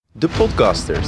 De Podcasters.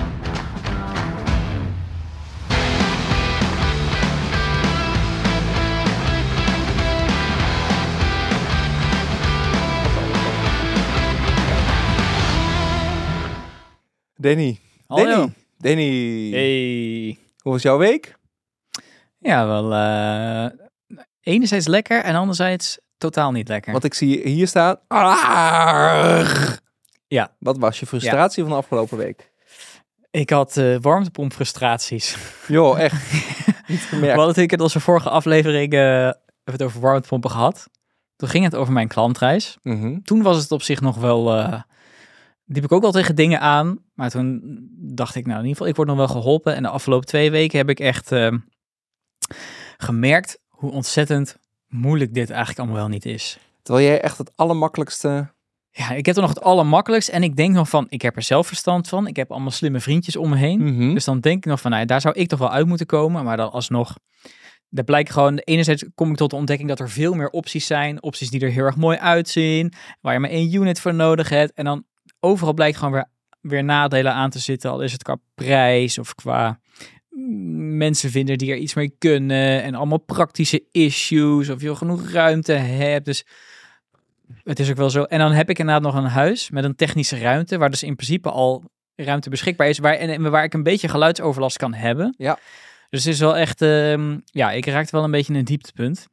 Danny. Hallo. Danny. Hey. Hoe was jouw week? Ja, wel enerzijds lekker en anderzijds totaal niet lekker. Want ik zie hier staan. Arrgh. Ja. Wat was je frustratie van de afgelopen week? Ik had warmtepompfrustraties. Joh, echt. Niet gemerkt. We hadden natuurlijk in onze vorige aflevering het over warmtepompen gehad. Toen ging het over mijn klantreis. Mhm. Toen was het op zich nog wel... liep ik ook wel tegen dingen aan. Maar toen dacht ik, nou in ieder geval, ik word nog wel geholpen. En de afgelopen 2 weken heb ik echt gemerkt hoe ontzettend moeilijk dit eigenlijk allemaal wel niet is. Terwijl jij echt het allermakkelijkste... Ja, ik heb er nog het allermakkelijkst. En ik denk nog van, ik heb er zelf verstand van. Ik heb allemaal slimme vriendjes om me heen. Mhm. Dus dan denk ik nog van, nou, daar zou ik toch wel uit moeten komen. Maar dan alsnog, daar blijkt gewoon, enerzijds kom ik tot de ontdekking dat er veel meer opties zijn. Opties die er heel erg mooi uitzien. Waar je maar 1 unit voor nodig hebt. En dan overal blijkt gewoon weer nadelen aan te zitten. Al is het qua prijs of qua mensen vinden die er iets mee kunnen. En allemaal praktische issues. Of je genoeg ruimte hebt. Dus het is ook wel zo. En dan heb ik inderdaad nog een huis met een technische ruimte. Waar dus in principe al ruimte beschikbaar is. Waar ik een beetje geluidsoverlast kan hebben. Ja. Dus het is wel echt... ik raakte wel een beetje een dieptepunt.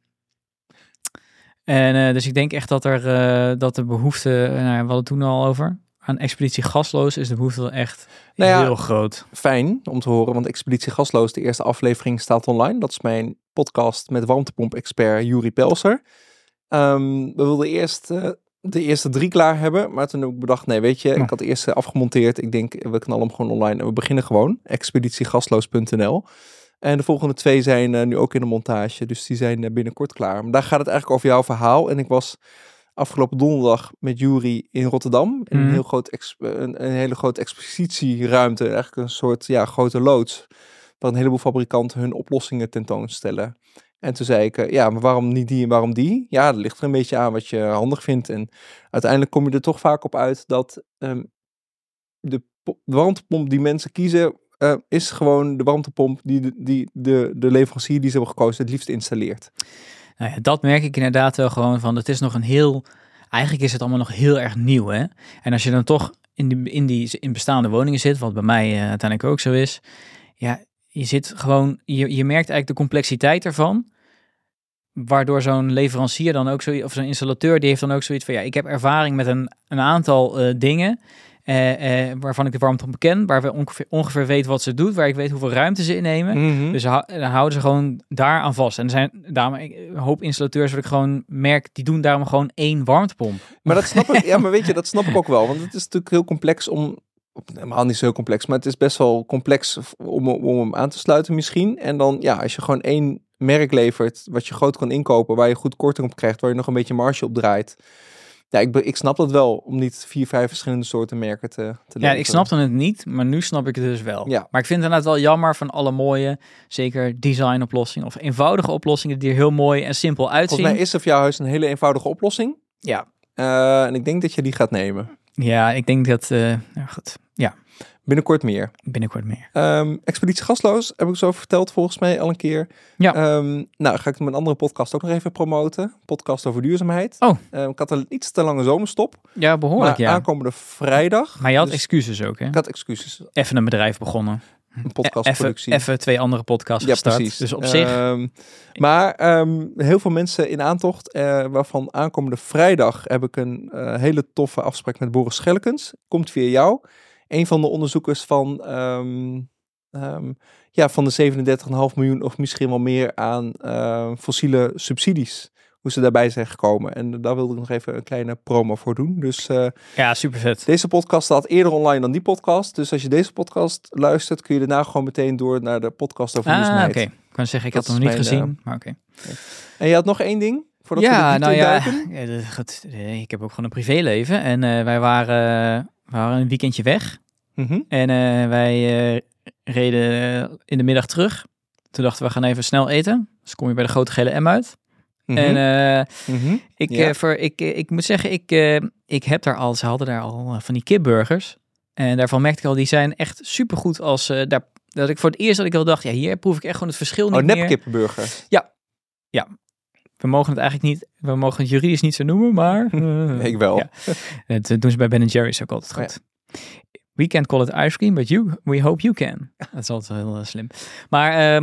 En dus ik denk echt dat de behoefte... we hadden het toen al over. Aan Expeditie Gasloos is de behoefte wel echt heel groot. Fijn om te horen, want Expeditie Gasloos, de eerste aflevering staat online. Dat is mijn podcast met warmtepomp-expert Juri Pelser. We wilden eerst de eerste 3 klaar hebben, maar toen heb ik bedacht, nee, weet je, ik had de eerste afgemonteerd. Ik denk, we knallen hem gewoon online en we beginnen gewoon. Expeditiegasloos.nl. En de volgende 2 zijn nu ook in de montage, dus die zijn binnenkort klaar. Maar daar gaat het eigenlijk over jouw verhaal. En ik was afgelopen donderdag met Juri in Rotterdam. In een, heel groot een hele grote expositieruimte, eigenlijk een soort grote loods, waar een heleboel fabrikanten hun oplossingen tentoonstellen. En toen zei ik, maar waarom niet die en waarom die? Ja, dat ligt er een beetje aan wat je handig vindt. En uiteindelijk kom je er toch vaak op uit dat de warmtepomp die mensen kiezen, is gewoon de warmtepomp die de leverancier die ze hebben gekozen het liefst installeert. Nou ja, dat merk ik inderdaad wel gewoon van, het is nog eigenlijk is het allemaal nog heel erg nieuw, hè. En als je dan toch in bestaande woningen zit, wat bij mij uiteindelijk ook zo is, ja, je zit gewoon, je merkt eigenlijk de complexiteit ervan, waardoor zo'n leverancier dan ook of zo'n installateur, die heeft dan ook zoiets van, ik heb ervaring met een aantal dingen, waarvan ik de warmtepomp ken, waar we ongeveer weten wat ze doet, waar ik weet hoeveel ruimte ze innemen. Mm-hmm. Dus dan houden ze gewoon daar aan vast. En er zijn een hoop installateurs wat ik gewoon merk, die doen daarom gewoon 1 warmtepomp. Maar dat snap ik, ja, maar weet je, dat snap ik ook wel, want het is natuurlijk heel complex helemaal niet zo complex, maar het is best wel complex om hem aan te sluiten misschien. En dan, als je gewoon 1 merk levert, wat je groot kan inkopen, waar je goed korting op krijgt, waar je nog een beetje marge op draait. Ja, ik snap dat wel, om niet 4, 5 verschillende soorten merken te leveren. Ja, ik snapte het niet, maar nu snap ik het dus wel. Ja. Maar ik vind het inderdaad wel jammer van alle mooie, zeker designoplossingen of eenvoudige oplossingen die er heel mooi en simpel uitzien. Volgens mij is er voor jouw huis een hele eenvoudige oplossing. Ja. En ik denk dat je die gaat nemen. Ja, ik denk dat... goed. Ja. Binnenkort meer. Binnenkort meer. Expeditie Gasloos, heb ik zo verteld volgens mij al een keer. Ja. Ga ik mijn andere podcast ook nog even promoten. Podcast over duurzaamheid. Oh. Ik had een iets te lange zomerstop. Ja, behoorlijk, maar aankomende vrijdag. Maar je had excuses ook, hè? Ik had excuses. Even een bedrijf begonnen. Een podcastproductie. Even 2 andere podcasts gestart. Precies. Dus op zich... Maar heel veel mensen in aantocht, waarvan aankomende vrijdag heb ik een hele toffe afspraak met Boris Schellekens. Komt via jou. Een van de onderzoekers van de 37,5 miljoen of misschien wel meer aan fossiele subsidies. Hoe ze daarbij zijn gekomen. En daar wilde ik nog even een kleine promo voor doen. Dus ja, super vet. Deze podcast staat eerder online dan die podcast. Dus als je deze podcast luistert, kun je daarna gewoon meteen door naar de podcast over duurzaamheid. Oké. Ik kan zeggen, ik had het nog niet gezien. Maar oké. En je had nog 1 ding? Voordat we de diepte duiken? Ik heb ook gewoon een privéleven. En wij waren een weekendje weg. Mm-hmm. En wij reden in de middag terug. Toen dachten we gaan even snel eten. Dus kom je bij de grote gele M uit. Mm-hmm. En Ja. ik moet zeggen, ik heb daar al, ze hadden daar al van die kipburgers. En daarvan merkte ik al, die zijn echt supergoed als... dat ik voor het eerst dat ik al dacht, ja, hier proef ik echt gewoon het verschil niet meer. Nepkippenburger. Ja. We mogen het eigenlijk niet, we mogen het juridisch niet zo noemen, maar... Ik wel. Ja. Dat doen ze bij Ben Jerry's ook altijd goed. Ja. We can't call it ice cream, but we hope you can. Dat is altijd heel slim. Maar...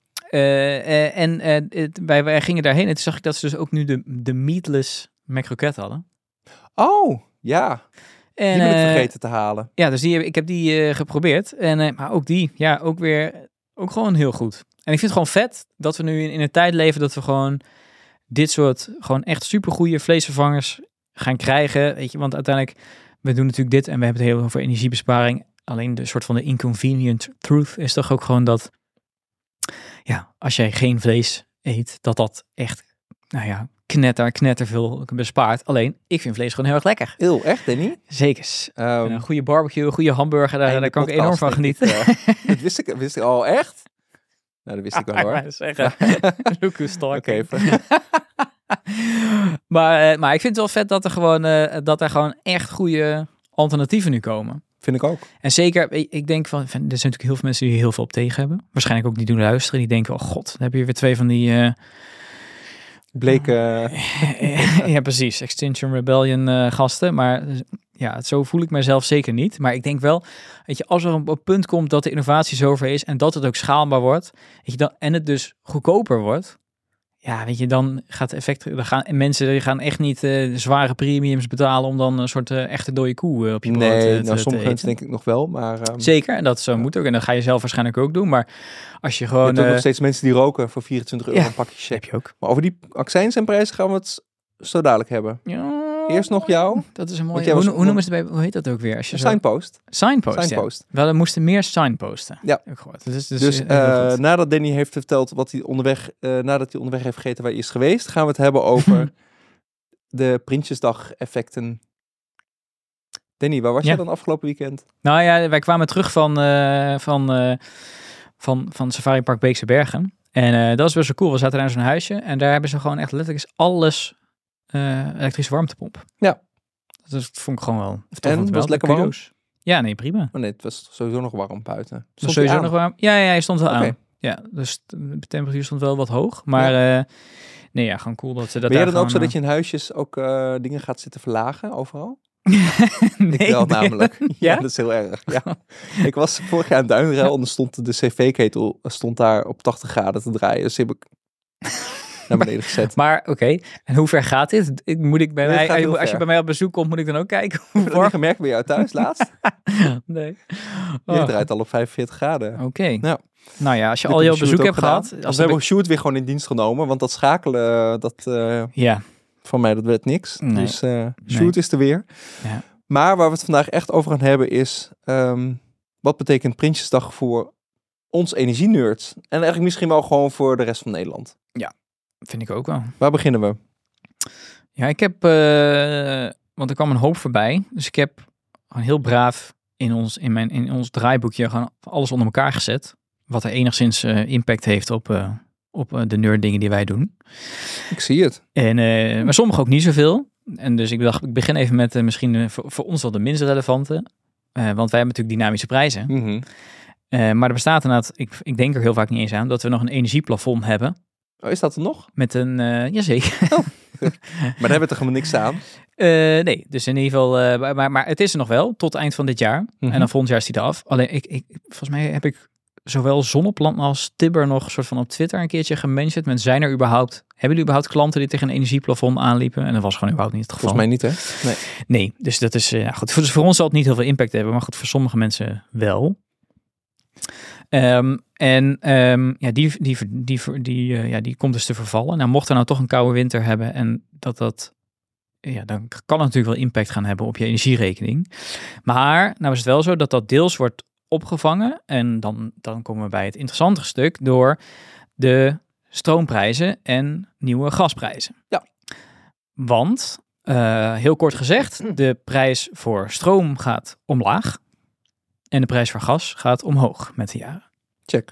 wij gingen daarheen en toen zag ik dat ze dus ook nu de meatless McCroket hadden. Oh, ja. En, die ben ik vergeten te halen. Ja, dus ik heb die geprobeerd. Maar ook die, ja, ook gewoon heel goed. En ik vind het gewoon vet dat we nu in een tijd leven dat we gewoon dit soort gewoon echt supergoeie vleesvervangers gaan krijgen. Weet je, want uiteindelijk, we doen natuurlijk dit en we hebben het heel over energiebesparing. Alleen de soort van de inconvenient truth is toch ook gewoon dat, ja, als jij geen vlees eet, dat echt, nou ja, knetter veel bespaart. Alleen, ik vind vlees gewoon heel erg lekker. Heel echt, Danny? Zekers. Een goede barbecue, een goede hamburger, daar kan ik enorm van genieten. Dat wist ik al, echt? Nou, dat wist ik wel hoor. Zeggen. Oké. Maar ik vind het wel vet dat er gewoon echt goede alternatieven nu komen. Vind ik ook. En zeker, ik denk er zijn natuurlijk heel veel mensen die hier heel veel op tegen hebben. Waarschijnlijk ook niet doen luisteren. Die denken, oh god, dan heb je weer twee van die... Bleke... ja, precies. Extinction Rebellion gasten. Maar ja, zo voel ik mezelf zeker niet. Maar ik denk wel, weet je, als er een punt komt dat de innovatie zover is en dat het ook schaalbaar wordt, weet je, en het dus goedkoper wordt, ja, weet je, dan gaat het effect, mensen die gaan echt niet zware premiums betalen om dan een soort echte dode koe op je brood sommige mensen denk ik nog wel, maar... Zeker, en dat zo moet ook. En dat ga je zelf waarschijnlijk ook doen. Maar als je gewoon... Je hebt ook nog steeds mensen die roken voor €24 een pakje check. Heb je ook. Maar over die accijns en prijzen gaan we het zo dadelijk hebben. Ja, eerst nog jou. Dat is een mooie... Hoe noemen ze het bij... Hoe heet dat ook weer? Als je Signpost. Signpost. Ja. Wel, er moesten meer signposten. Ja. Dus nadat Danny heeft verteld wat hij onderweg... nadat hij onderweg heeft gegeten waar hij is geweest, gaan we het hebben over de Prinsjesdag effecten. Danny, waar was jij dan afgelopen weekend? Nou ja, wij kwamen terug van Safari Park Beekse Bergen. En dat was best wel cool. We zaten daar in zo'n huisje en daar hebben ze gewoon echt letterlijk alles elektrische warmtepomp. Ja. Dat vond ik gewoon wel. En was het lekker warm? Ja, nee, prima. Oh nee, het was sowieso nog warm buiten. Het was sowieso nog warm. Ja, hij stond wel aan. Ja, dus de temperatuur stond wel wat hoog. Maar nee, ja, gewoon cool dat ze dat. Ben jij dan ook zo dat je in huisjes ook dingen gaat zitten verlagen overal? Nee, ik wel namelijk. Ja, dat is heel erg. Ja. Ik was vorig jaar in Duinruil en stond de cv-ketel daar op 80 graden te draaien. Dus heb ik naar beneden gezet. Maar oké, en hoe ver gaat dit? Als je bij mij op bezoek komt, moet ik dan ook kijken? Heb je dat gemerkt bij jou thuis laatst? Nee. Je draait al op 45 graden. Oké. Nou ja, als je al je bezoek hebt gehad. We hebben Sjoerd weer gewoon in dienst genomen, want dat schakelen, ja. Van mij, dat werd niks. Nee. Dus Sjoerd is er weer. Ja. Maar waar we het vandaag echt over gaan hebben is... wat betekent Prinsjesdag voor ons energienerds? En eigenlijk misschien wel gewoon voor de rest van Nederland. Ja, vind ik ook wel. Waar beginnen we? Ja, ik heb... want er kwam een hoop voorbij. Dus ik heb gewoon heel braaf in ons draaiboekje gewoon alles onder elkaar gezet. Wat er enigszins impact heeft op de nerd dingen die wij doen. Ik zie het. Maar sommige ook niet zoveel. En dus ik dacht, ik begin even met misschien voor ons wel de minst relevante. Want wij hebben natuurlijk dynamische prijzen. Mm-hmm. Maar er bestaat inderdaad, ik denk er heel vaak niet eens aan, dat we nog een energieplafond hebben. Oh, is dat er nog? Met een, jazeker. Oh. Maar daar hebben we toch helemaal niks aan? Nee, dus in ieder geval, maar het is er nog wel, tot eind van dit jaar. Mm-hmm. En dan volgend jaar is die eraf. Alleen, volgens mij heb ik zowel Zonneplan als Tibber nog soort van op Twitter een keertje gementioned. Hebben jullie überhaupt klanten die tegen een energieplafond aanliepen? En dat was gewoon überhaupt niet het geval. Volgens mij niet, hè? Nee, dus dat is goed. Dus voor ons zal het niet heel veel impact hebben, maar goed, voor sommige mensen wel. Die komt dus te vervallen. Nou, mocht er nou toch een koude winter hebben en dan kan het natuurlijk wel impact gaan hebben op je energierekening. Maar nou is het wel zo dat deels wordt opgevangen. En dan komen we bij het interessantere stuk door de stroomprijzen en nieuwe gasprijzen. Ja. Want, heel kort gezegd, de prijs voor stroom gaat omlaag. En de prijs voor gas gaat omhoog met de jaren. Check.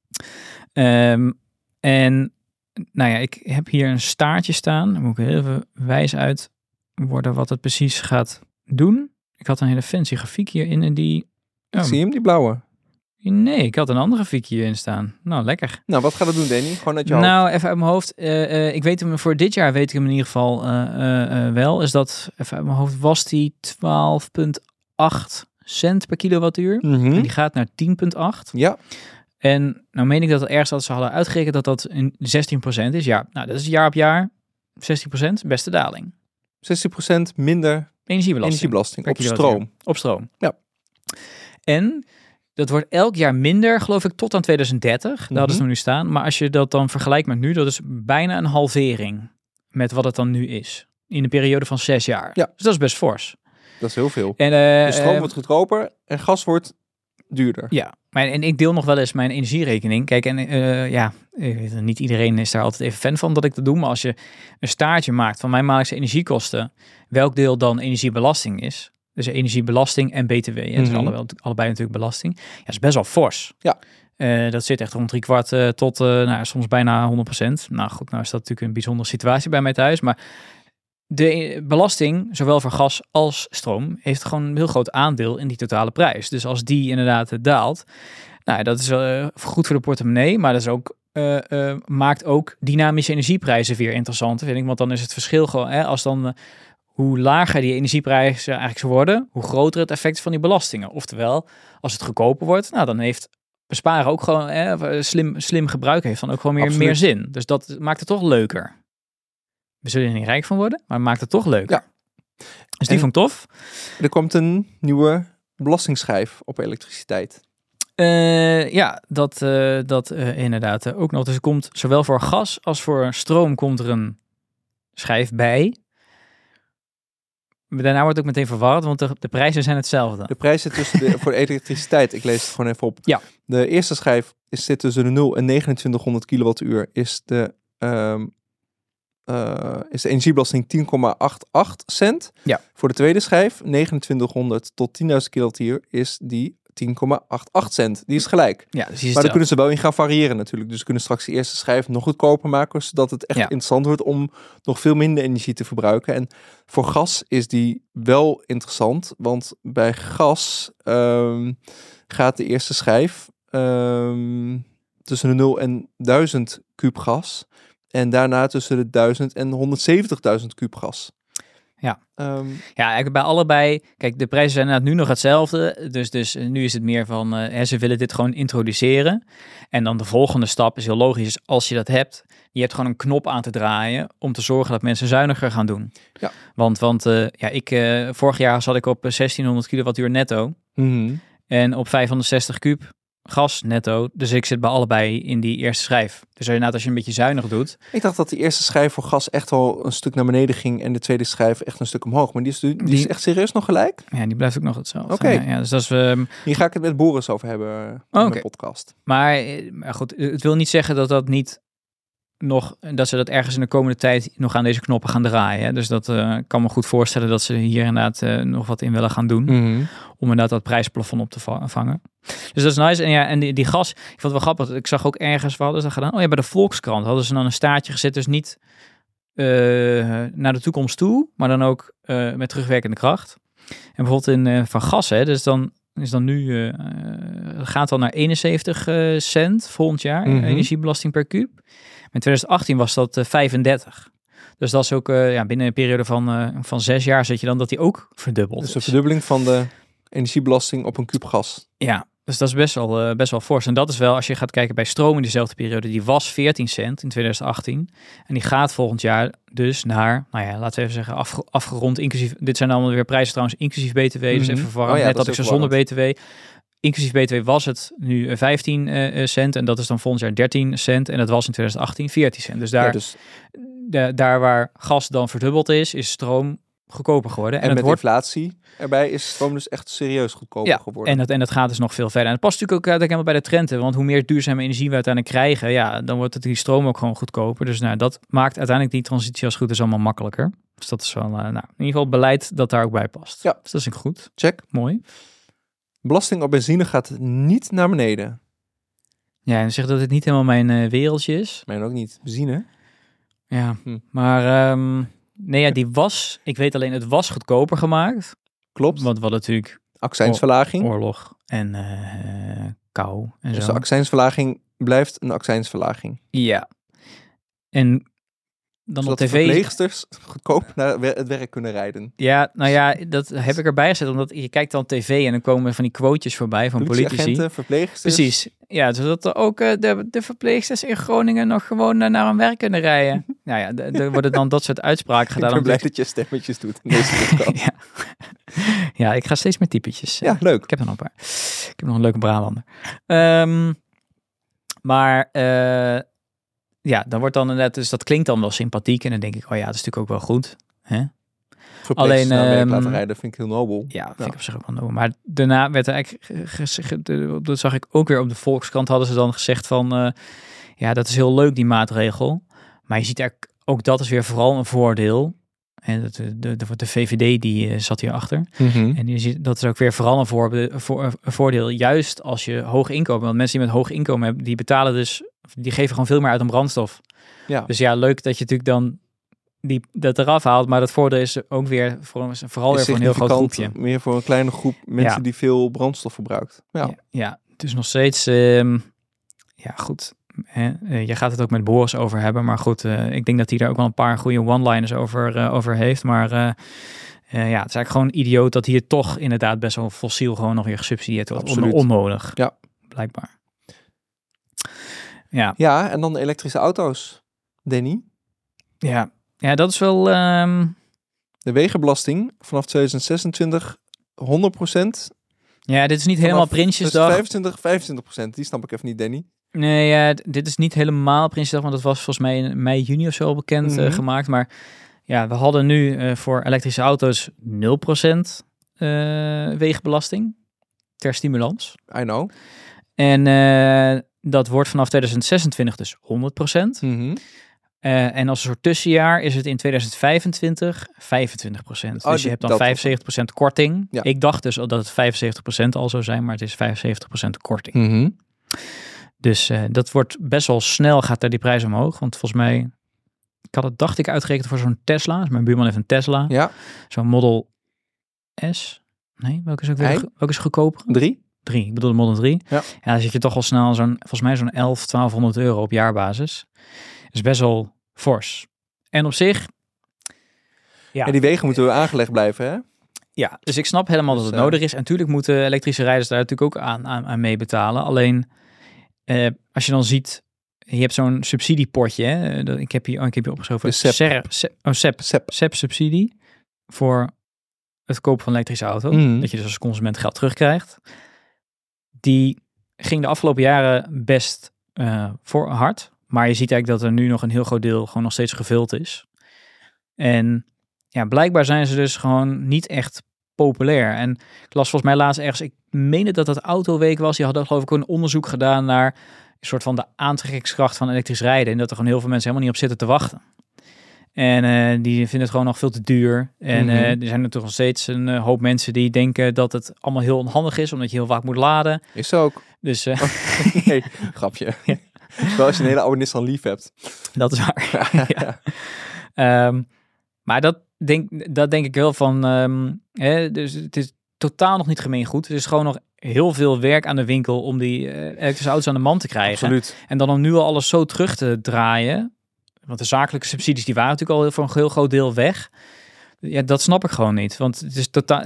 En nou ja, ik heb hier een staartje staan. Dan moet ik heel even wijs uit worden wat het precies gaat doen. Ik had een hele fancy grafiek hierin en die... Ik zie hem, die blauwe. Nee, ik had een andere grafiek hierin staan. Nou, lekker. Nou, wat gaat het doen, Danny? Gewoon uit je hoofd. Nou, even uit mijn hoofd. Ik weet hem voor dit jaar, weet ik hem in ieder geval wel. Is dat, even uit mijn hoofd, was die 12,8 cent per kilowattuur. Mhm. En die gaat naar 10,8. Ja, En nou meen ik dat het ergens dat ze hadden uitgerekend dat dat een 16% is. Ja, nou dat is jaar op jaar 16%, beste daling. 16% minder energiebelasting per op kilowattuur. stroom. Op stroom. Ja. En dat wordt elk jaar minder, geloof ik, tot aan 2030. Daar hadden ze nu staan. Maar als je dat dan vergelijkt met nu, dat is bijna een halvering met wat het dan nu is. In een periode van 6 jaar. Ja. Dus dat is best fors. Dat is heel veel. En, De stroom wordt goedkoper en gas wordt duurder. Ja, en ik deel nog wel eens mijn energierekening. Kijk, en niet iedereen is daar altijd even fan van dat ik dat doe. Maar als je een staartje maakt van mijn maandelijkse energiekosten, welk deel dan energiebelasting is. Dus energiebelasting en BTW. Het is allebei natuurlijk belasting. Ja, is best wel fors. Ja. Dat zit echt rond 3/4 tot soms bijna 100%. Nou goed, nou is dat natuurlijk een bijzondere situatie bij mij thuis. Maar de belasting, zowel voor gas als stroom, heeft gewoon een heel groot aandeel in die totale prijs. Dus als die inderdaad daalt, nou, dat is goed voor de portemonnee, maar dat is ook, maakt ook dynamische energieprijzen weer interessant, vind ik. Want dan is het verschil gewoon, als dan hoe lager die energieprijzen eigenlijk zou worden, hoe groter het effect van die belastingen. Oftewel, als het goedkoper wordt, nou dan heeft besparen ook gewoon, slim gebruik heeft dan ook gewoon meer zin. Dus dat maakt het toch leuker. We zullen er niet rijk van worden, maar het maakt het toch leuker. Ja. Dus die vond ik tof. Er komt een nieuwe belastingschijf op elektriciteit. Dat inderdaad ook nog. Dus er komt zowel voor gas als voor stroom komt er een schijf bij. Daarna wordt het ook meteen verwarrd, want de prijzen zijn hetzelfde. De prijzen voor de elektriciteit, ik lees het gewoon even op. Ja. De eerste schijf zit tussen de 0 en 2900 kilowattuur. Is de energiebelasting 10,88 cent. Ja. Voor de tweede schijf, 2900 tot 10.000 kilowattuur, is die 10,88 cent. Die is gelijk. Ja, dus maar daar kunnen ze wel in gaan variëren natuurlijk. Dus ze kunnen straks de eerste schijf nog goedkoper maken, zodat het echt interessant wordt om nog veel minder energie te verbruiken. En voor gas is die wel interessant, want bij gas gaat de eerste schijf tussen de 0 en 1000 kuub gas. En daarna tussen de 1000 en 170.000 kuub gas. Ja. Eigenlijk bij allebei. Kijk, de prijzen zijn inderdaad nu nog hetzelfde. Dus nu is het meer van, ze willen dit gewoon introduceren. En dan de volgende stap is heel logisch. Als je dat hebt, je hebt gewoon een knop aan te draaien om te zorgen dat mensen zuiniger gaan doen. Ja. Want vorig jaar zat ik op 1600 kilowattuur netto. Mm-hmm. En op 560 kuub gas netto. Dus ik zit bij allebei in die eerste schijf. Dus inderdaad, als je een beetje zuinig doet. Ik dacht dat die eerste schijf voor gas echt wel een stuk naar beneden ging en de tweede schijf echt een stuk omhoog. Maar die is echt serieus nog gelijk? Ja, die blijft ook nog hetzelfde. Oké. Ja, dus dat is, hier ga ik het met Boris over hebben in mijn podcast. Maar goed, het wil niet zeggen dat dat niet dat ze dat ergens in de komende tijd nog aan deze knoppen gaan draaien. Hè? Dus dat kan me goed voorstellen dat ze hier inderdaad nog wat in willen gaan doen. Mm-hmm. Om inderdaad dat prijsplafond op te vangen. Dus dat is nice. En die gas, ik vond het wel grappig. Ik zag ook ergens, wat hadden ze dat gedaan? Bij de Volkskrant hadden ze dan een staartje gezet. Dus niet naar de toekomst toe, maar dan ook met terugwerkende kracht. En bijvoorbeeld van gas, hè, dus dan is dan nu, gaat dan naar 71 cent volgend jaar, energiebelasting per kuub. In 2018 was dat 35. Dus dat is ook binnen een periode van 6 jaar zit je dan dat die ook verdubbelt. Dus een verdubbeling van de energiebelasting op een kuub gas. Ja, dus dat is best wel fors. En dat is wel, als je gaat kijken bij stroom in diezelfde periode, die was 14 cent in 2018. En die gaat volgend jaar dus naar, laten we even zeggen, afgerond, inclusief, dit zijn allemaal weer prijzen trouwens, inclusief BTW. Dus even verwarrend, net dat ik ze zonder BTW. Inclusief BTW was het nu 15 cent en dat is dan volgend jaar 13 cent. En dat was in 2018 14 cent. Dus daar waar gas dan verdubbeld is stroom goedkoper geworden. En met inflatie erbij is stroom dus echt serieus goedkoper geworden. En dat gaat dus nog veel verder. En het past natuurlijk ook helemaal bij de trend. Want hoe meer duurzame energie we uiteindelijk krijgen, dan wordt die stroom ook gewoon goedkoper. Dus dat maakt uiteindelijk die transitie als goed is allemaal makkelijker. Dus dat is wel, in ieder geval beleid dat daar ook bij past. Ja. Dus dat is ook goed. Check. Mooi. Belasting op benzine gaat niet naar beneden. Ja, en zeg dat het niet helemaal mijn wereldje is. Mijn ook niet. Benzine? Ja, maar die was, ik weet alleen, het was goedkoper gemaakt. Klopt. Want we hadden natuurlijk Accijnsverlaging. oorlog en kou en Dus zo. de accijnsverlaging blijft een accijnsverlaging. Ja. En dan Zodat op de tv... verpleegsters goedkoop naar het werk kunnen rijden. Ja, nou ja, dat heb ik erbij gezet. Omdat je kijkt dan tv en dan komen van die quotejes voorbij van politici. Politieagenten, verpleegsters. Precies. Ja, zodat er ook de verpleegsters in Groningen nog gewoon naar hun werk kunnen rijden. Nou ja, er worden dan dat soort uitspraken Ik gedaan. ben blij dat je stemmetjes doet in deze podcast. ja. Ja, ik ga steeds meer typetjes. Ja, leuk. Ik heb er nog een paar. Ik heb nog een leuke Brabander. Maar ja, dan wordt dan inderdaad, dus dat klinkt dan wel sympathiek. En dan denk ik, oh ja, dat is natuurlijk ook wel goed. Hè? Verpleegsters naar werk Alleen, laten rijden vind ik heel nobel. Ja, vind ik op zich ook wel nobel. Maar daarna werd er eigenlijk gezegd, dat zag ik ook weer op de Volkskrant, hadden ze dan gezegd van, ja, dat is heel leuk die maatregel. Maar je ziet ook dat is weer vooral een voordeel. En de VVD die zat hierachter. Mm-hmm. En je ziet dat is ook weer vooral een voordeel, juist als je hoog inkomen. Want mensen die met hoog inkomen hebben, die betalen dus, die geven gewoon veel meer uit aan brandstof. Ja. Dus ja, leuk dat je natuurlijk dan dat eraf haalt. Maar dat voordeel is ook weer vooral weer voor een heel groot groepje. Meer voor een kleine groep mensen die veel brandstof verbruikt. Ja, het is nog steeds, ja goed. Je gaat het ook met Boris over hebben. Maar goed, ik denk dat hij daar ook wel een paar goede one-liners over heeft. Maar ja, het is eigenlijk gewoon idioot dat hier toch inderdaad best wel fossiel gewoon nog weer gesubsidieerd wordt. Onnodig. Ja. Blijkbaar. Ja. Ja, en dan de elektrische auto's. Danny? Ja, dat is wel... De wegenbelasting vanaf 2026 100%. Ja, dit is niet helemaal Prinsjesdag. 25%. Die snap ik even niet, Danny. Nee, ja, dit is niet helemaal Prinsjesdag, want dat was volgens mij in mei, juni of zo bekend gemaakt. Maar ja, we hadden nu voor elektrische auto's 0% wegenbelasting ter stimulans. I know. En dat wordt vanaf 2026 dus 100%. Mm-hmm. En als een soort tussenjaar is het in 2025 25%. Dus je hebt dan 75% korting. Ja. Ik dacht dus dat het 75% al zou zijn, maar het is 75% korting. Mm-hmm. Dus dat wordt best wel snel, gaat daar die prijs omhoog. Want volgens mij, ik had het, dacht ik, uitgerekend voor zo'n Tesla. Dus mijn buurman heeft een Tesla. Ja. Zo'n Model S. Nee, welke is ook weer welke is goedkoper? 3. Ik bedoel de Model 3. Ja. Ja, dan zit je toch al snel volgens mij zo'n 1100-1200 euro op jaarbasis. Dus best wel fors. En op zich... Ja. En die wegen moeten we aangelegd blijven, hè? Ja, dus ik snap helemaal dat het nodig is. En natuurlijk moeten elektrische rijders daar natuurlijk ook aan mee betalen. Alleen, als je dan ziet... Je hebt zo'n subsidiepotje, hè? Ik heb hier opgeschreven. SEP-subsidie voor het kopen van een elektrische auto. Dat je dus als consument geld terugkrijgt. Die ging de afgelopen jaren best voor hard. Maar je ziet eigenlijk dat er nu nog een heel groot deel gewoon nog steeds gevuld is. En ja, blijkbaar zijn ze dus gewoon niet echt populair. En ik las volgens mij laatst ergens, ik meende dat het Autoweek was. Die hadden geloof ik een onderzoek gedaan naar een soort van de aantrekkingskracht van elektrisch rijden. En dat er gewoon heel veel mensen helemaal niet op zitten te wachten. En die vinden het gewoon nog veel te duur. En er zijn natuurlijk nog steeds een hoop mensen die denken dat het allemaal heel onhandig is, omdat je heel vaak moet laden. Is ook. Dus, nee, grapje. Ja. Wel als je een hele oude Nissan Leaf hebt. Dat is waar. Ja. Maar dat denk ik wel van... dus het is totaal nog niet gemeengoed. Er is gewoon nog heel veel werk aan de winkel om die elektrische auto's aan de man te krijgen. Absoluut. En dan om nu al alles zo terug te draaien. Want de zakelijke subsidies die waren natuurlijk al voor een heel groot deel weg. Ja, dat snap ik gewoon niet. Want het is totaal...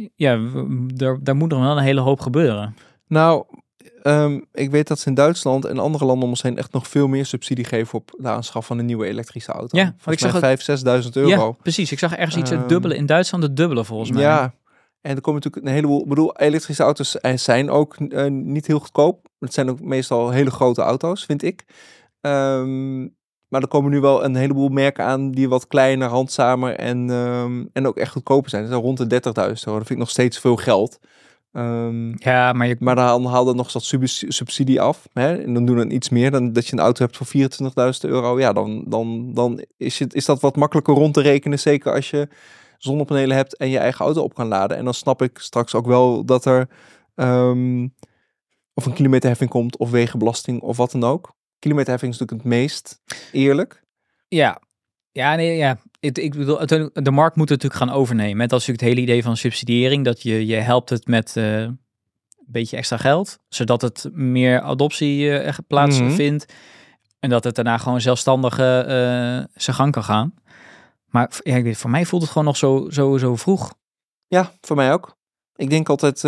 daar moet nog wel een hele hoop gebeuren. Nou... ik weet dat ze in Duitsland en andere landen om ons heen echt nog veel meer subsidie geven op de aanschaf van een nieuwe elektrische auto. Ja, ik zag 5.000-6.000 euro. Ja, precies. Ik zag ergens iets het dubbele. In Duitsland het dubbele volgens mij. Ja, en er komen natuurlijk een heleboel... Ik bedoel, elektrische auto's zijn ook niet heel goedkoop. Het zijn ook meestal hele grote auto's, vind ik. Maar er komen nu wel een heleboel merken aan die wat kleiner, handzamer en ook echt goedkoper zijn. Dus rond de 30.000 euro. Dat vind ik nog steeds veel geld. Ja, maar dan haal er nog wat subsidie af. Hè? En dan doen we iets meer dan dat je een auto hebt voor 24.000 euro. Ja, dan is dat wat makkelijker rond te rekenen. Zeker als je zonnepanelen hebt en je eigen auto op kan laden. En dan snap ik straks ook wel dat er of een kilometerheffing komt of wegenbelasting of wat dan ook. Kilometerheffing is natuurlijk het meest eerlijk. Ja, ik bedoel, uiteindelijk, de markt moet het natuurlijk gaan overnemen. Dat is natuurlijk het hele idee van subsidiëring. Dat je helpt het met een beetje extra geld. Zodat het meer adoptie plaatsvindt. En dat het daarna gewoon zelfstandig zijn gang kan gaan. Maar ja, ik weet, voor mij voelt het gewoon nog zo vroeg. Ja, voor mij ook. Ik denk altijd,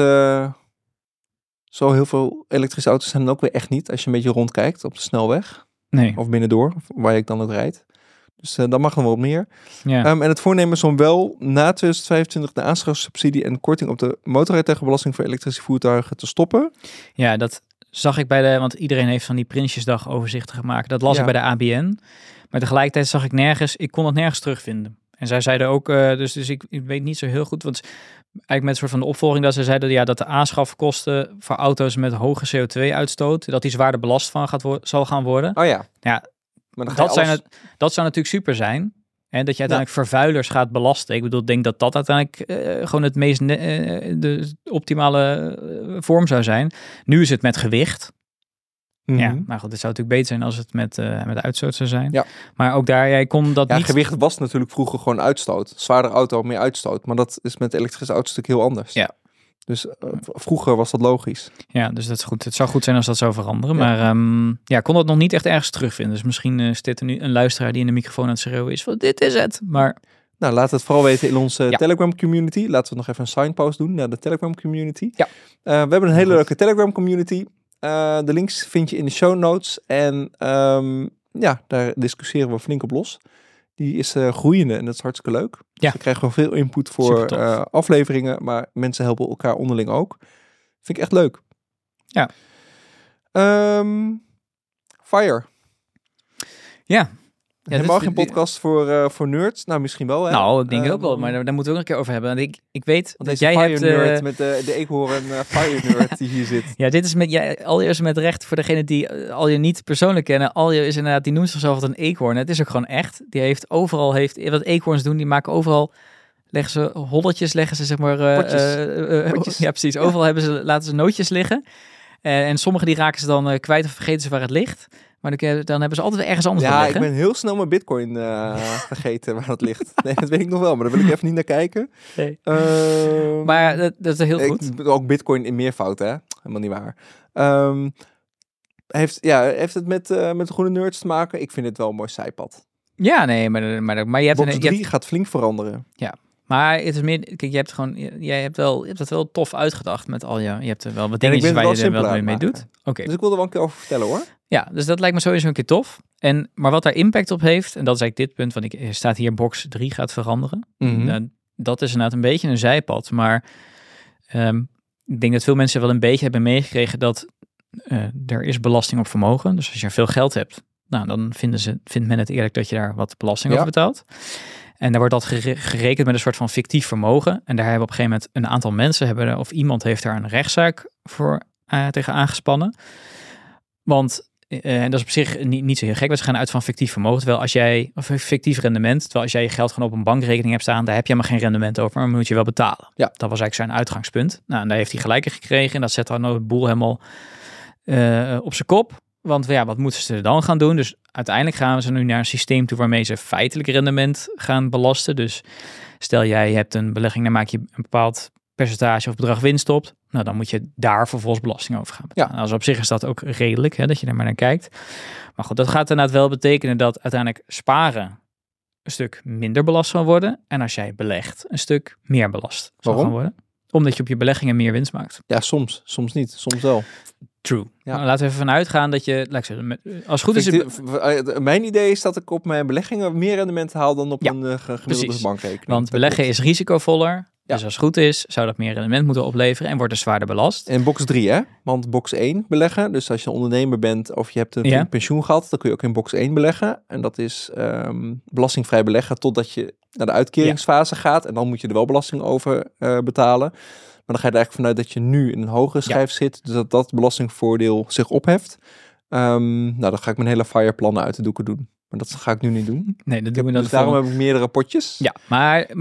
zo heel veel elektrische auto's zijn dan ook weer echt niet. Als je een beetje rondkijkt op de snelweg. Nee. Of binnendoor, waar ik dan het rijd. Dus dat mag nog wel meer. Ja. En het voornemen is om wel na 2025 de aanschafsubsidie en korting op de motorrijtuigenbelasting voor elektrische voertuigen te stoppen. Ja, dat zag ik want iedereen heeft van die Prinsjesdag overzichten gemaakt. Dat las ik bij de ABN. Maar tegelijkertijd zag ik kon het nergens terugvinden. En zij zeiden ook, dus ik weet niet zo heel goed, want eigenlijk met een soort van de opvolging dat ze zeiden dat de aanschafkosten voor auto's met hoge CO2-uitstoot, dat die zwaarder belast van zal gaan worden. Oh ja. Ja, maar dan dat zou natuurlijk super zijn. En dat je uiteindelijk vervuilers gaat belasten. Ik bedoel, ik denk dat uiteindelijk gewoon het meest de optimale vorm zou zijn. Nu is het met gewicht. Ja, maar goed, het zou natuurlijk beter zijn als het met uitstoot zou zijn. Ja. Maar ook daar, jij kon dat niet... gewicht was natuurlijk vroeger gewoon uitstoot. Zwaarder auto, meer uitstoot. Maar dat is met elektrische auto's natuurlijk heel anders. Ja. Dus vroeger was dat logisch. Ja, dus dat is goed. Het zou goed zijn als dat zou veranderen. Ja. Maar kon dat nog niet echt ergens terugvinden. Dus misschien is dit er nu een luisteraar die in de microfoon aan het schreeuwen is van dit is het. Maar... Nou, laat het vooral weten in onze Telegram community. Laten we nog even een signpost doen naar de Telegram community. Ja. We hebben een hele leuke Telegram community. De links vind je in de show notes. En daar discussiëren we flink op los. Die is groeiende en dat is hartstikke leuk. Dus we krijgen wel veel input voor afleveringen. Maar mensen helpen elkaar onderling ook. Vind ik echt leuk. Ja. Fire. Ja. Helemaal geen podcast voor nerds. Nou, misschien wel. Hè? Nou, ik denk ook wel. Maar daar moeten we ook een keer over hebben. Want ik weet dat jij hebt... nerd met de eekhoorn Fire nerd die hier zit. Ja, dit is Aljo is met recht voor degene die Aljo niet persoonlijk kennen. Aljo is inderdaad, die noemt zichzelf een eekhoorn. Het is ook gewoon echt. Die heeft wat eekhoorns doen. Die maken overal... Leggen ze holletjes, zeg maar... Potjes. Ja, precies. Overal laten ze nootjes liggen. En sommige die raken ze dan kwijt of vergeten ze waar het ligt. Maar dan hebben ze altijd ergens anders liggen. Ja, ik ben heel snel mijn bitcoin vergeten waar dat ligt. Nee, dat weet ik nog wel, maar daar wil ik even niet naar kijken. Nee. Maar dat is heel goed. Ook bitcoin in meervoud, hè? Helemaal niet waar. Heeft het met de groene nerds te maken? Ik vind het wel een mooi zijpad. Ja, nee, maar je hebt... Box 3 gaat flink veranderen. Ja. Maar het is meer, kijk, jij hebt dat wel tof uitgedacht met al je hebt er wel wat dingetjes waar je er wel mee doet. Okay. Dus ik wil er wel een keer over vertellen hoor. Ja, dus dat lijkt me sowieso een keer tof. Maar wat daar impact op heeft, en dat is eigenlijk dit punt, want er staat hier box 3 gaat veranderen. Dat is inderdaad een beetje een zijpad, maar ik denk dat veel mensen wel een beetje hebben meegekregen dat er is belasting op vermogen. Dus als je veel geld hebt, nou, dan vindt men het eerlijk dat je daar wat belasting over betaalt. En daar wordt dat gerekend met een soort van fictief vermogen. En daar hebben op een gegeven moment een aantal mensen of iemand heeft daar een rechtszaak voor tegen aangespannen. Want, en dat is op zich niet zo heel gek, want ze gaan uit van fictief vermogen. Terwijl of een fictief rendement, terwijl als jij je geld gewoon op een bankrekening hebt staan, daar heb je helemaal geen rendement over, maar moet je wel betalen. Ja. Dat was eigenlijk zijn uitgangspunt. Nou, en daar heeft hij gelijk in gekregen en dat zet dan de boel helemaal op zijn kop. Want wat moeten ze er dan gaan doen? Dus uiteindelijk gaan ze nu naar een systeem toe waarmee ze feitelijk rendement gaan belasten. Dus stel jij hebt een belegging, dan maak je een bepaald percentage of bedrag winst op. Nou, dan moet je daar vervolgens belasting over gaan betalen. Ja. Also op zich is dat ook redelijk, hè, dat je daar maar naar kijkt. Maar goed, dat gaat inderdaad wel betekenen dat uiteindelijk sparen een stuk minder belast zal worden. En als jij belegt, een stuk meer belast zal gaan worden. Omdat je op je beleggingen meer winst maakt. Ja, soms niet. Soms wel. True. Ja. Nou, laten we even vanuit gaan dat je, als het goed is... Mijn idee is dat ik op mijn beleggingen meer rendement haal dan op een gemiddelde bankrekening. Want beleggen is risicovoller. Ja. Dus als het goed is, zou dat meer rendement moeten opleveren en wordt er zwaarder belast. En box 3, hè? Want box 1 beleggen, dus als je een ondernemer bent of je hebt een pensioen gehad, dan kun je ook in box 1 beleggen. En dat is belastingvrij beleggen totdat je naar de uitkeringsfase gaat. En dan moet je er wel belasting over betalen. Maar dan ga je er eigenlijk vanuit dat je nu in een hogere schijf zit. Dus dat belastingvoordeel zich opheft. Dan ga ik mijn hele FIRE-plannen uit de doeken doen. Maar dat ga ik nu niet doen. Nee, dat doen we dan. Dus daarom heb ik meerdere potjes. Ja, maar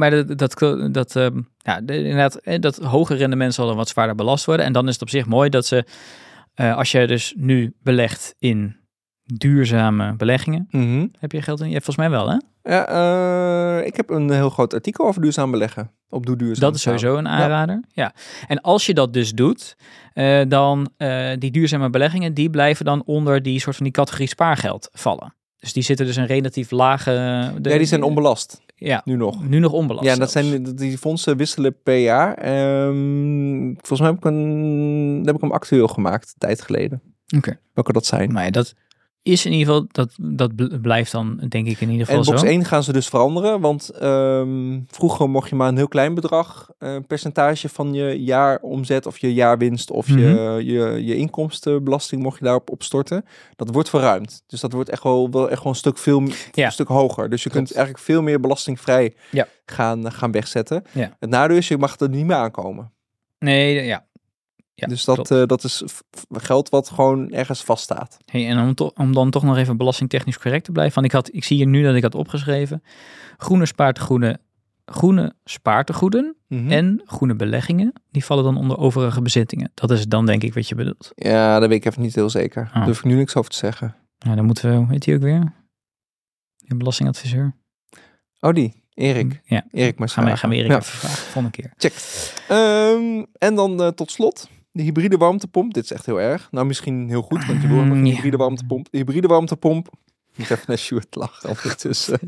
inderdaad, dat hoge rendement zal dan wat zwaarder belast worden. En dan is het op zich mooi dat ze, als je dus nu belegt in duurzame beleggingen, heb je geld in? Je hebt volgens mij wel, hè? Ik heb een heel groot artikel over duurzaam beleggen. Op Doe Duurzaam. Dat is sowieso een aanrader. Ja. En als je dat dus doet, dan die duurzame beleggingen, die blijven dan onder die soort van die categorie spaargeld vallen. Dus die zitten dus een relatief lage... die zijn onbelast. Ja, nu nog. Nu nog onbelast. Ja, dat zelfs. zijn die fondsen wisselen per jaar. Volgens mij heb ik hem actueel gemaakt, een tijd geleden. Oké. Welke dat zijn. Maar ja, dat is in ieder geval, dat blijft dan denk ik in ieder geval En box zo. 1 gaan ze dus veranderen, want vroeger mocht je maar een heel klein bedrag, percentage van je jaaromzet of je jaarwinst of je inkomstenbelasting mocht je daarop opstorten. Dat wordt verruimd. Dus dat wordt echt wel echt gewoon een stuk hoger. Dus je kunt eigenlijk veel meer belastingvrij gaan wegzetten. Ja. Het nadeel is, je mag er niet meer aankomen. Nee, ja. Ja, dus dat is geld wat gewoon ergens vaststaat. Hey, en om dan toch nog even belastingtechnisch correct te blijven. Want ik zie hier nu dat ik had opgeschreven. Groene spaartegoeden en groene beleggingen. Die vallen dan onder overige bezittingen. Dat is dan denk ik wat je bedoelt. Ja, dat weet ik even niet heel zeker. Daar durf ik nu niks over te zeggen. Nou, dan moeten we, hoe heet die ook weer? Je belastingadviseur. Oh, die. Erik. Ja. Erik, maar gaan we Erik even vragen. Volgende keer. Check. En dan tot slot. De hybride warmtepomp, dit is echt heel erg. Nou, misschien heel goed, want je wil een hybride warmtepomp. De hybride warmtepomp. Ik moet even naar Sjoerd lachen ondertussen.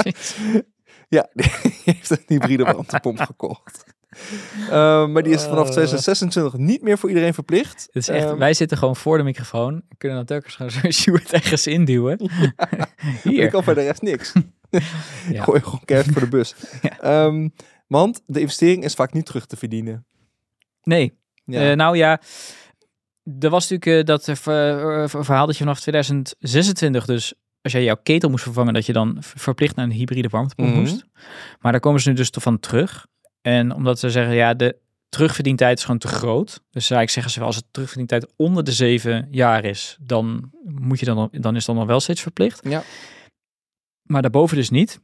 Ja, die heeft een hybride warmtepomp gekocht. Maar die is vanaf 2026 niet meer voor iedereen verplicht. Het is echt, wij zitten gewoon voor de microfoon. Kunnen dan telkens gewoon zo'n Sjoerd ergens induwen. Ja, hier. Ik kan voor de rest niks. Gooi gewoon kerst voor de bus. Ja. Want de investering is vaak niet terug te verdienen. Nee. Ja. Nou ja, er was natuurlijk dat verhaal dat je vanaf 2026 dus, als jij jouw ketel moest vervangen, dat je dan verplicht naar een hybride warmtepomp moest. Maar daar komen ze nu dus van terug. En omdat ze zeggen, ja, de terugverdientijd is gewoon te groot. Dus eigenlijk zeggen ze, als het terugverdientijd onder de 7 jaar is, dan is het dan nog wel steeds verplicht. Ja. Maar daarboven dus niet.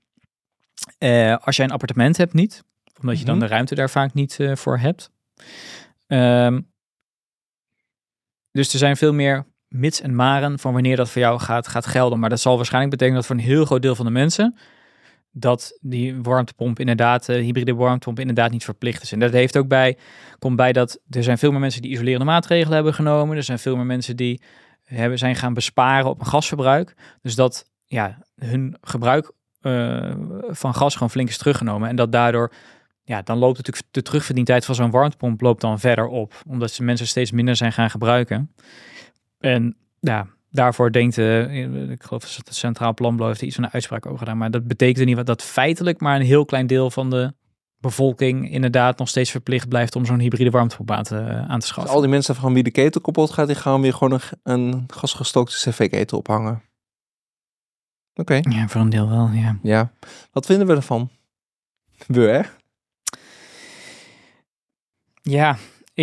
Als jij een appartement hebt niet, omdat je dan de ruimte daar vaak niet voor hebt. Dus er zijn veel meer mits en maren van wanneer dat voor jou gaat gelden. Maar dat zal waarschijnlijk betekenen dat voor een heel groot deel van de mensen dat die warmtepomp inderdaad, hybride warmtepomp inderdaad niet verplicht is. En dat komt bij dat er zijn veel meer mensen die isolerende maatregelen hebben genomen. Er zijn veel meer mensen die zijn gaan besparen op een gasverbruik. Dus dat hun gebruik van gas gewoon flink is teruggenomen. En dat daardoor, dan loopt natuurlijk de terugverdientijd van zo'n warmtepomp loopt dan verder op. Omdat mensen steeds minder zijn gaan gebruiken. En daarvoor denkt, ik geloof dat het Centraal Planbureau heeft er iets van een uitspraak over gedaan. Maar dat betekent niet dat feitelijk maar een heel klein deel van de bevolking inderdaad nog steeds verplicht blijft om zo'n hybride warmtepomp aan te schaffen. Dus al die mensen van wie de ketel kapot gaat, die gaan weer gewoon een gasgestookte cv-ketel ophangen. Oké. Ja, voor een deel wel, ja. Ja. Wat vinden we ervan? Hè? Ja,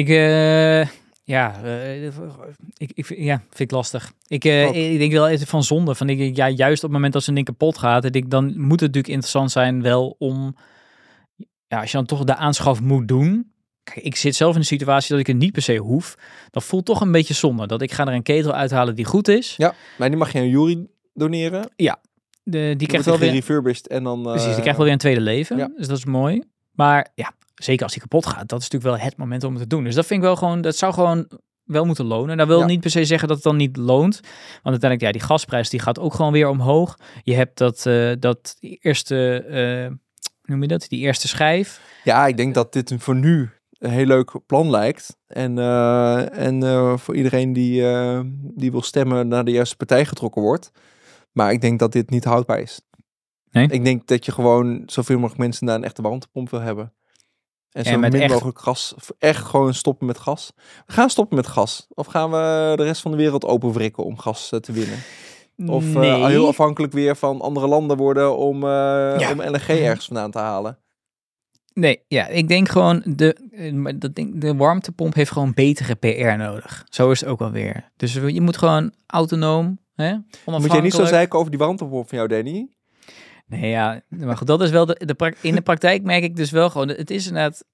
vind ik lastig. Ik denk wel even van zonde. Juist op het moment dat zo'n ding kapot gaat, dan moet het natuurlijk interessant zijn wel om, als je dan toch de aanschaf moet doen. Kijk, ik zit zelf in de situatie dat ik het niet per se hoef. Dat voelt toch een beetje zonde. Dat ik ga er een ketel uithalen die goed is. Ja, maar die mag je aan Juri doneren. Ja. Die krijgt wel weer refurbished en dan. Precies, die krijgt wel weer een tweede leven. Ja. Dus dat is mooi. Maar ja, zeker als die kapot gaat, dat is natuurlijk wel het moment om het te doen. Dus dat vind ik wel gewoon, dat zou gewoon wel moeten lonen. Dat wil niet per se zeggen dat het dan niet loont. Want uiteindelijk, die gasprijs die gaat ook gewoon weer omhoog. Je hebt dat eerste, noem je dat? Die eerste schijf. Ja, ik denk dat dit voor nu een heel leuk plan lijkt. En voor iedereen die wil stemmen naar de juiste partij getrokken wordt. Maar ik denk dat dit niet houdbaar is. Nee? Ik denk dat je gewoon zoveel mogelijk mensen naar een echte warmtepomp wil hebben. En zo min mogelijk gas. Echt gewoon stoppen met gas. We gaan stoppen met gas. Of gaan we de rest van de wereld openwrikken om gas te winnen? Of heel afhankelijk weer van andere landen worden om LNG ergens vandaan te halen? Nee, ik denk gewoon, de warmtepomp heeft gewoon betere PR nodig. Zo is het ook alweer. Dus je moet gewoon autonoom, Moet jij niet zo zeiken over die warmtepomp van jou, Danny? Nee, maar goed, dat is wel in de praktijk merk ik dus wel gewoon, het is inderdaad,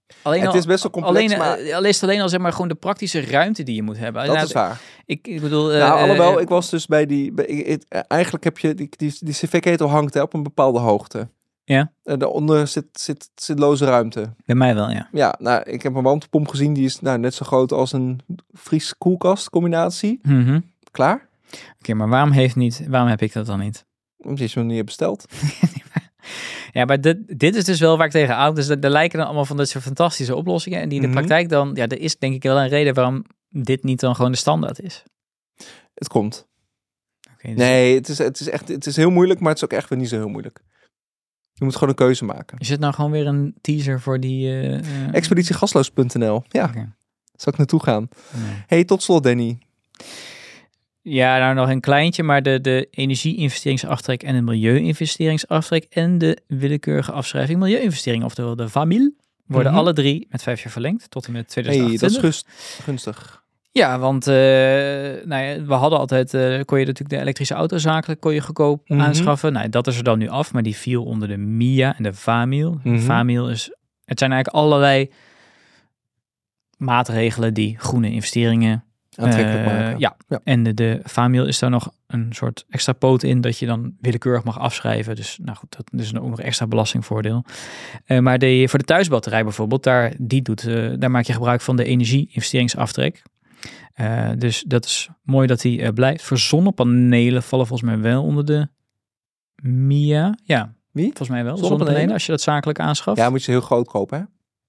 Het is best wel complex, maar... Alleen al zeg maar gewoon de praktische ruimte die je moet hebben. Dat is waar. Ik bedoel... alhoewel, ik was dus bij eigenlijk heb je... Die cv-ketel hangt op een bepaalde hoogte. Ja? Daaronder zit loze ruimte. Bij mij wel, ja. Ja, nou, ik heb een warmtepomp gezien. Die is net zo groot als een vries-koelkast combinatie. Mm-hmm. Klaar? Oké, maar waarom heb ik dat dan niet? Omdat je hem niet hebt besteld. Ja, maar dit is dus wel waar ik tegen aan. Dus er lijken dan allemaal van dat soort fantastische oplossingen. En die in de praktijk dan... Ja, er is denk ik wel een reden waarom dit niet dan gewoon de standaard is. Het komt. Okay, dus nee, het is heel moeilijk, maar het is ook echt weer niet zo heel moeilijk. Je moet gewoon een keuze maken. Is het nou gewoon weer een teaser voor die... Expeditiegasloos.nl. Ja, okay. Zal ik naartoe gaan. Nee. Hey, tot slot Danny. Ja, nou nog een kleintje, maar de energie-investeringsaftrek en de milieu-investeringsaftrek en de willekeurige afschrijving milieu-investering, oftewel de VAMIL, worden alle 3 met 5 jaar verlengd tot en met 2028. Hey, dat is gunstig. Ja, want we hadden altijd, kon je natuurlijk de elektrische auto zakelijk goedkoop aanschaffen. Nou, dat is er dan nu af, maar die viel onder de MIA en de VAMIL. VAMIL is, het zijn eigenlijk allerlei maatregelen die groene investeringen aantrekkelijk maken. Ja, en de VAMIL is daar nog een soort extra poot in dat je dan willekeurig mag afschrijven. Dus nou goed, dat is ook nog extra belastingvoordeel. Maar voor de thuisbatterij bijvoorbeeld, daar maak je gebruik van de energie-investeringsaftrek. Dus dat is mooi dat die blijft. Voor zonnepanelen vallen volgens mij wel onder de MIA. Ja, wie? Volgens mij wel. Zonnepanelen, als je dat zakelijk aanschaft. Ja, moet je heel groot kopen, hè?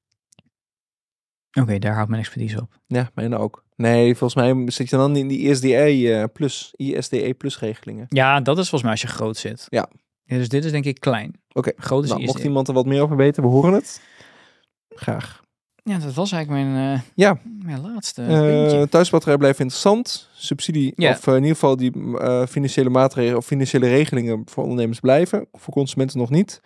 Oké, daar houdt mijn expertise op. Ja, mijn ook. Nee, volgens mij zit je dan in die ISDE plus regelingen. Ja, dat is volgens mij als je groot zit. Ja. Dus dit is denk ik klein. Oké. Groot is mocht iemand er wat meer over weten, we horen het. Graag. Ja, dat was eigenlijk mijn laatste puntje. Thuisbatterij blijft interessant. Subsidie, of in ieder geval die financiële maatregelen of financiële regelingen voor ondernemers blijven. Voor consumenten nog niet.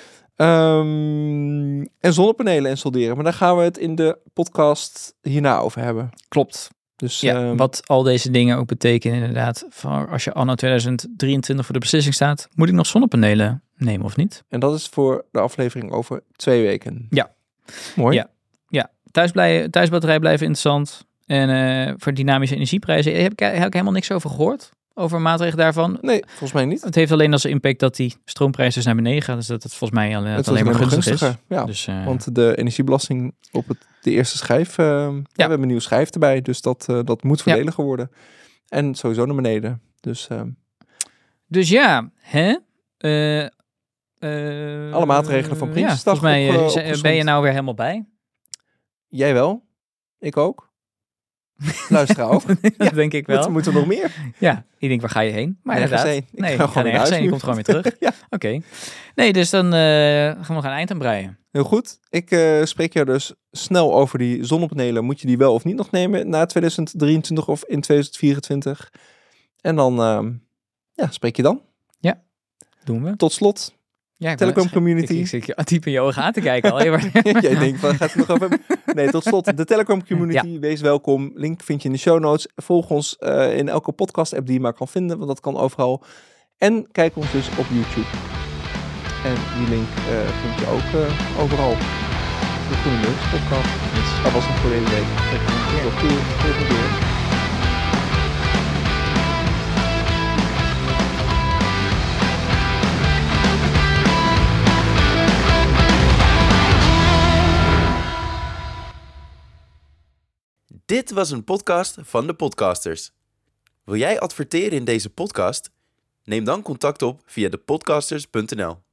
En zonnepanelen installeren. Maar daar gaan we het in de podcast hierna over hebben. Klopt. Dus, wat al deze dingen ook betekenen inderdaad. Voor als je anno 2023 voor de beslissing staat, moet ik nog zonnepanelen nemen of niet? En dat is voor de aflevering over 2 weken. Ja. Mooi. Ja. Thuisbatterij blijven interessant. En voor dynamische energieprijzen heb ik helemaal niks over gehoord. Over maatregelen daarvan? Nee, volgens mij niet. Het heeft alleen als impact dat die stroomprijs dus naar beneden gaat. Dus dat het volgens mij alleen maar gunstig is. Ja, dus, want de energiebelasting op de eerste schijf... we hebben een nieuwe schijf erbij. Dus dat moet voordeliger worden. En sowieso naar beneden. Dus ja, hè? alle maatregelen van Prinsjesdag. Volgens mij ben je nou weer helemaal bij. Jij wel. Ik ook. Luisteraar ook. Dat denk ik wel. Wat moet er nog meer? Ja, ik denk, waar ga je heen? Maar nergens inderdaad. Heen. Nee, ik ga nergens heen. Je komt gewoon weer terug. Ja. Oké. Nee, dus dan gaan we nog een eind aan breien. Heel goed. Ik spreek jou dus snel over die zonnepanelen. Moet je die wel of niet nog nemen na 2023 of in 2024? En dan spreek je dan. Ja, doen we. Tot slot. Ja, Telecom Community. Ik zit je diep in je ogen aan te kijken al. Jij denkt, wat gaat het nog over? Nee, tot slot. De Telecom Community. Ja. Wees welkom. Link vind je in de show notes. Volg ons in elke podcast app die je maar kan vinden. Want dat kan overal. En kijk ons dus op YouTube. En die link vind je ook overal. De Groene Neus podcast. Dat was het voor deze week. Tot de Dit was een podcast van de Podcasters. Wil jij adverteren in deze podcast? Neem dan contact op via depodcasters.nl.